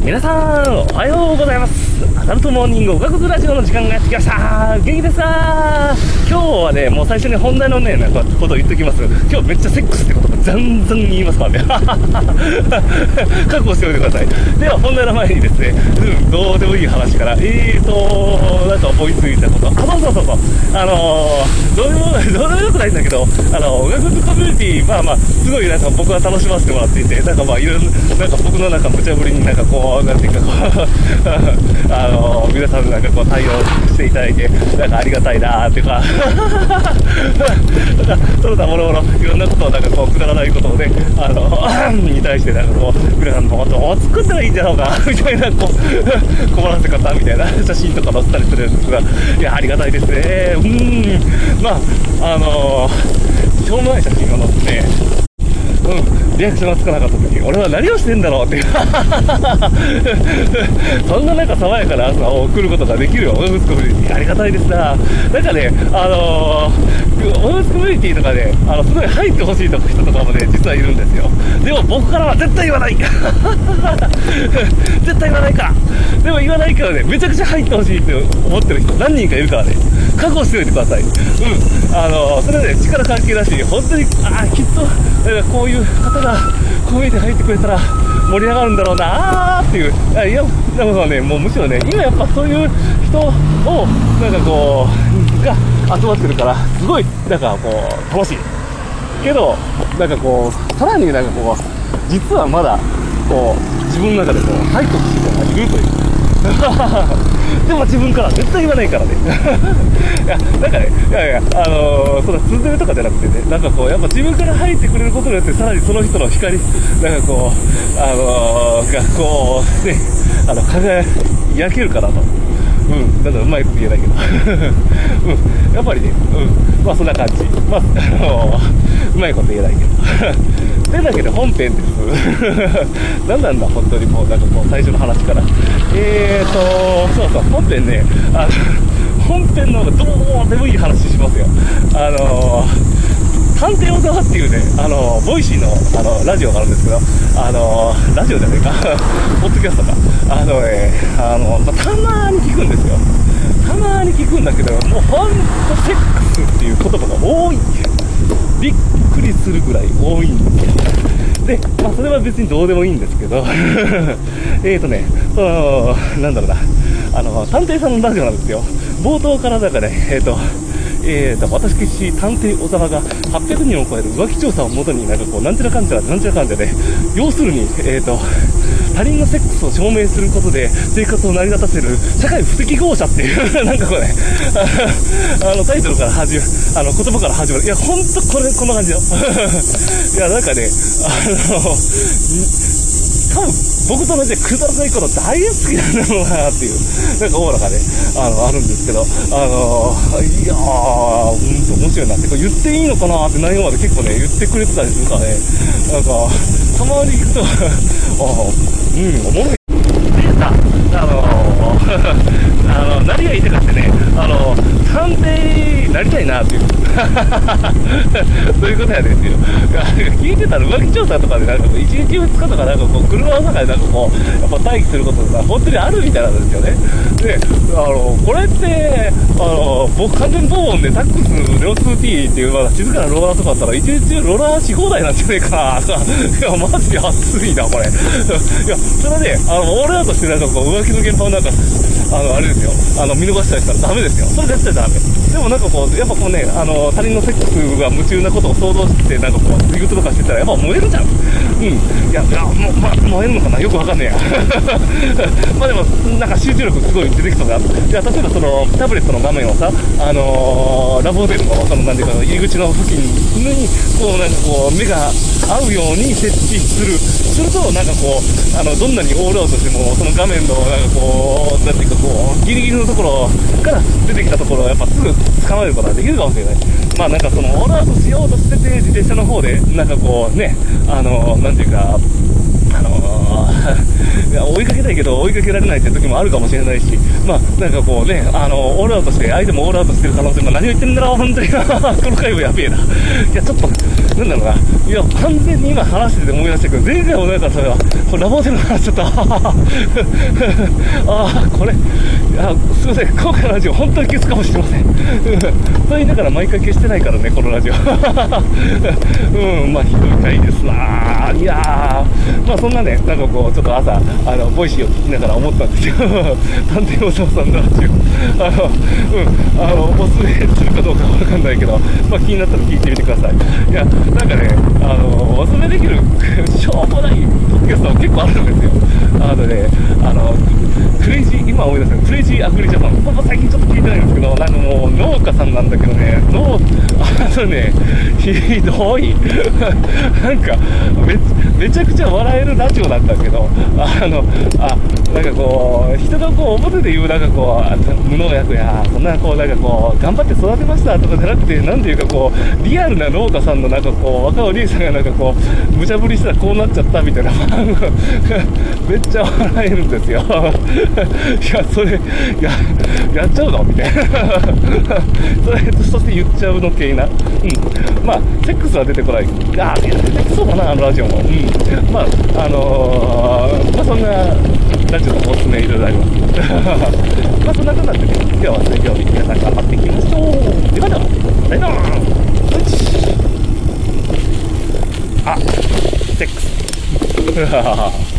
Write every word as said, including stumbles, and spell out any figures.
皆さんおはようございます。アダルトモーニングおかくずラジオの時間がやってきました。元気ですか？今日はね、もう最初に本題のねなんかことを言っておきます。今日めっちゃセックスってことがざんざん言いますからね覚悟しておいてください。では本題の前にですね、うん、どうでもいい話からえーとなんか思いついたこと、あ、そうそうそうそう、あのー、どうでもどうでもよくないんだけど、あのおがくずコミュニティ、まあまあすごいなんか僕は楽しませてもらっていて、なんかまあいろいろなんか僕のなんか無茶ぶりになんかこうなんていうかこうあの皆さんなんかこう対応していただいてなんかありがたいなーっていうかその他もろもろいろんなことをなんかこうくだらないことをねあのに対してなんかこう皆さんのことを作ったらいいんじゃろうかみたいなこう困らせ方みたいな写真とか載せたりするんですが、いやありがたいですね。うーん、まああのー、しょうもない写真を載せてうん、リアクションがつかなかった時、俺は何をしてんだろうってそんななんか爽やかな朝を送ることができるよ、オムツコミュニティ。ありがたいですな。なんかね、あのー、オムツコミュニティとかで、あの、すごい入ってほしい人とかもね、実はいるんですよ。でも僕からは絶対言わない絶対言わないから。でも言わないからね、めちゃくちゃ入ってほしいって思ってる人何人かいるからね、覚悟しておいてください。うん、あのー、それはね、力関係だし、本当に、ああ、きっと、こういう方がコミュニティ入ってくれたら盛り上がるんだろうなーっていう。いや、いやでもね、もうむしろね、今やっぱそういう人をなんかこうが集まってるからすごいなんかこう楽しいけど、なんかこうさらになんかこう実はまだこう自分の中でこう入ってほしい人がいるというでも自分から絶対言わないからねいやなんかね、いやいやあのー、そんな通ずるとかじゃなくてね、なんかこうやっぱ自分から入ってくれることによってさらにその人の光なんかこうあのー、がこうねあの輝けるかなと。うん、なんかうまいこと言えないけどうん、やっぱりね、うん、まあそんな感じ、まあ、あのー、うまいこと言えないけどでだけど本編です何なんだ本当にもうなんかこう最初の話からえーとそうそう本編ね、あの本編の方がどうでもいい話しますよ。あのー、探偵小沢っていうね、あのー、ボイシーの、あのー、ラジオがあるんですけど、あのー、ラジオじゃないかポッドキャストか、あのね、あのーまあ、たまーに聞くんですよ。たまーに聞くんだけど、もうほんとセックスっていう言葉が多い、びっくりするぐらい多いんですよ。で、まあそれは別にどうでもいいんですけどえーとね、そのなんだろうな、あの探偵さんのラジオなんですよ。冒頭からだからね、えーとえーと私探偵小沢がはっぴゃくにんを超える浮気調査をもとになんかこうなんちゃらかんちゃらなんちゃらかんちゃらで、要するにえーと他人のセックスを証明することで生活を成り立たせる社会不適合者っていうなんかこれ、ね、あのタイトルから始まる、あの言葉から始まる。いやほんとこれこんな感じよいやなんかね、あの多分僕と同じでくだらないこと大好きなんだろうなっていうなんかオーラがね あのあるんですけど、あのいやーほんと面白いなって、これ言っていいのかなって内容まで結構ね言ってくれてたりするからね、なんかたまに行くとあうんおもろいでさ、あのあの何が言いたかってね、あの探偵になりたいなっていうそういうことやですよ。聞いてたら浮気調査とかでなんかいちにちふつかとかなんかこう車の中でなんかこうやっぱ待機することが本当にあるみたいなんですよね。で、あのこれってあの僕完全防音でタックス両数 T っていうまだ静かなローラーとかあったら一日中ローラーし放題なんじゃねえかな。いやマジで熱いなこれ。いやそれはね、あの俺らとしてなんかこう浮気の現場をなんかあのあれですよ、あの見逃したりしたらダメですよ。それ絶対ダメ。でもなんかこうやっぱこうね、あの他人のセックスが夢中なことを想像してなんかこうツイートとかしてたらやっぱ燃えるじゃん。うん。いやいやもう、ま、燃えるのかなよくわかんねえやまあでもなんか集中力すごい出てきそうだ。いや例えばそのタブレットの画面をさ、あのー、ラブホテルのそのなんていうか入り口の付近にこうなんかこう目が合うように設置する。するとなんかこうあのどんなにオールアウトしてもその画面のなんかこうなんていうかこうギリギリのところから出てきたところをやっぱすぐ捕まえることができるかもしれない。まあなんかそのオールアウトしようとしてて自転車の方でなんかこうね、あのなんていうかあのー、 いや追いかけたいけど追いかけられないって時もあるかもしれないし、まあなんかこうね、あのオールアウトして相手もオールアウトしてる可能性も、何を言ってんだろう本当にこの回もやべえな。いやちょっとなんだろうな、いや完全に今話してて思い出したけど、前回もなんかそれはこれラボホテルの話しちゃったああこれ、いやすいません、今回のラジオ本当に消すかもしれませんと言いながら毎回消してないからねこのラジオうんまあひどい回ですな。いやーまあそんなね、なんかこうちょっと朝あのボイシーを聞きながら思ったんですけど探偵大沢さんのラジオあのうんあのおすすめするかどうかわかんないけど、まあ気になったら聞いてみてください。いやなんかね、あのおすすめできるしょうもないポッドキャスト結構あるんですよ。あのね、あのクレイジー、今思い出したクレイジーアグリジャパン、ほぼ最近ちょっと聞いてないんですけど、なんかもう農家さんなんだけどね、農あのねひどいなんかめめちゃくちゃ笑えるラジオなんだけど、あのあなんかこう人がこう表で言うなんかこう無農薬やそんなこうなんかこう頑張って育てましたとかじゃなくて、なんていうかこうリアルな農家さんのなんかこう若お兄さんがなんかこう無茶ぶりしたらこうなっちゃったみたいなめっちゃ笑えるんですよいやそれややっちゃうのみたいなそれそして言っちゃうの系な、うん、まあセックスは出てこない、あいや出てきそうだなあのラジオも、うん、まああのー、まあそんなラジオのおすすめいろいろありますまあそんなことなんでね、今日は水曜日皆さん頑張っていきましょう。ではではバイバーイ。あセックス